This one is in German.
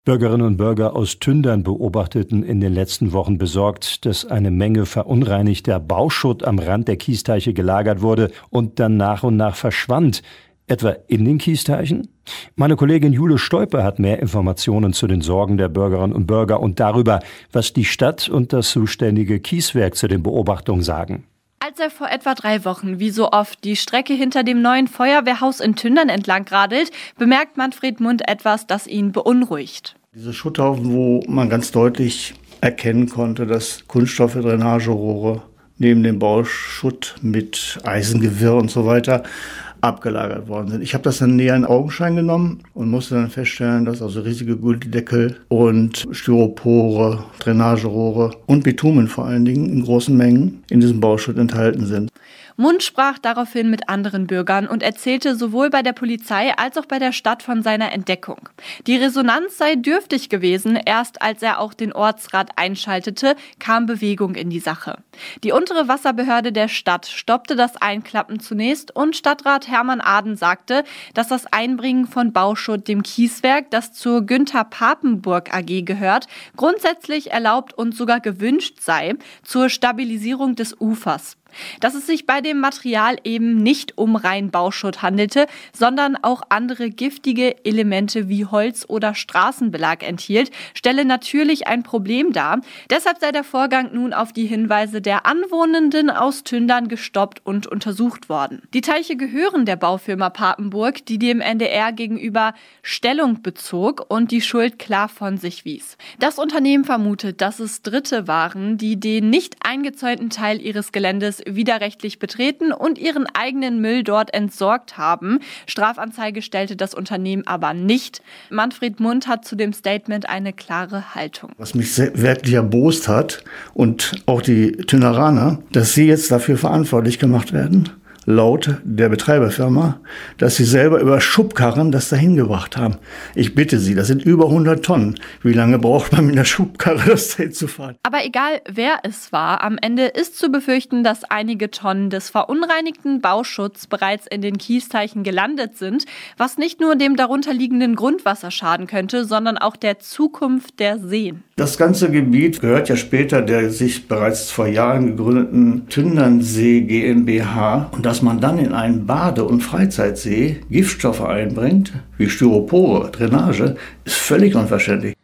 Bürgerinnen und Bürger aus Tündern beobachteten in den letzten Wochen besorgt, dass eine Menge verunreinigter Bauschutt am Rand der Kiesteiche gelagert wurde und dann nach und nach verschwand. Etwa in den Kiesteichen? Meine Kollegin Jule Stolpe hat mehr Informationen zu den Sorgen der Bürgerinnen und Bürger und darüber, was die Stadt und das zuständige Kieswerk zu den Beobachtungen sagen. Als er vor etwa 3 Wochen, wie so oft, die Strecke hinter dem neuen Feuerwehrhaus in Tündern entlang radelt, bemerkt Manfred Mund etwas, das ihn beunruhigt. Diese Schutthaufen, wo man ganz deutlich erkennen konnte, dass Kunststoffe, Drainagerohre neben dem Bauschutt mit Eisengewirr und so weiter abgelagert worden sind. Ich habe das dann näher in Augenschein genommen und musste dann feststellen, dass also riesige Gullydeckel und Styropore, Drainagerohre und Bitumen vor allen Dingen in großen Mengen in diesem Bauschutt enthalten sind. Mund sprach daraufhin mit anderen Bürgern und erzählte sowohl bei der Polizei als auch bei der Stadt von seiner Entdeckung. Die Resonanz sei dürftig gewesen. Erst als er auch den Ortsrat einschaltete, kam Bewegung in die Sache. Die untere Wasserbehörde der Stadt stoppte das Einklappen zunächst und Stadtrat Hermann Aden sagte, dass das Einbringen von Bauschutt dem Kieswerk, das zur Günther Papenburg AG gehört, grundsätzlich erlaubt und sogar gewünscht sei zur Stabilisierung des Ufers. Dass es sich bei dem Material eben nicht um rein Bauschutt handelte, sondern auch andere giftige Elemente wie Holz oder Straßenbelag enthielt, stelle natürlich ein Problem dar. Deshalb sei der Vorgang nun auf die Hinweise der Anwohnenden aus Tündern gestoppt und untersucht worden. Die Teiche gehören der Baufirma Papenburg, die dem NDR gegenüber Stellung bezog und die Schuld klar von sich wies. Das Unternehmen vermutet, dass es Dritte waren, die den nicht eingezäunten Teil ihres Geländes widerrechtlich betreten und ihren eigenen Müll dort entsorgt haben. Strafanzeige stellte das Unternehmen aber nicht. Manfred Mund hat zu dem Statement eine klare Haltung. Was mich wirklich erbost hat und auch die Tünderaner, dass sie jetzt dafür verantwortlich gemacht werden, laut der Betreiberfirma, dass sie selber über Schubkarren das dahin gebracht haben. Ich bitte Sie, das sind über 100 Tonnen. Wie lange braucht man mit einer Schubkarre, das dahin zu fahren? Aber egal, wer es war, am Ende ist zu befürchten, dass einige Tonnen des verunreinigten Bauschutts bereits in den Kiesteichen gelandet sind, was nicht nur dem darunterliegenden Grundwasser schaden könnte, sondern auch der Zukunft der Seen. Das ganze Gebiet gehört ja später der sich bereits vor Jahren gegründeten Tündernsee GmbH. Und dass man dann in einen Bade- und Freizeitsee Giftstoffe einbringt, wie Styropore, Drainage, ist völlig unverständlich.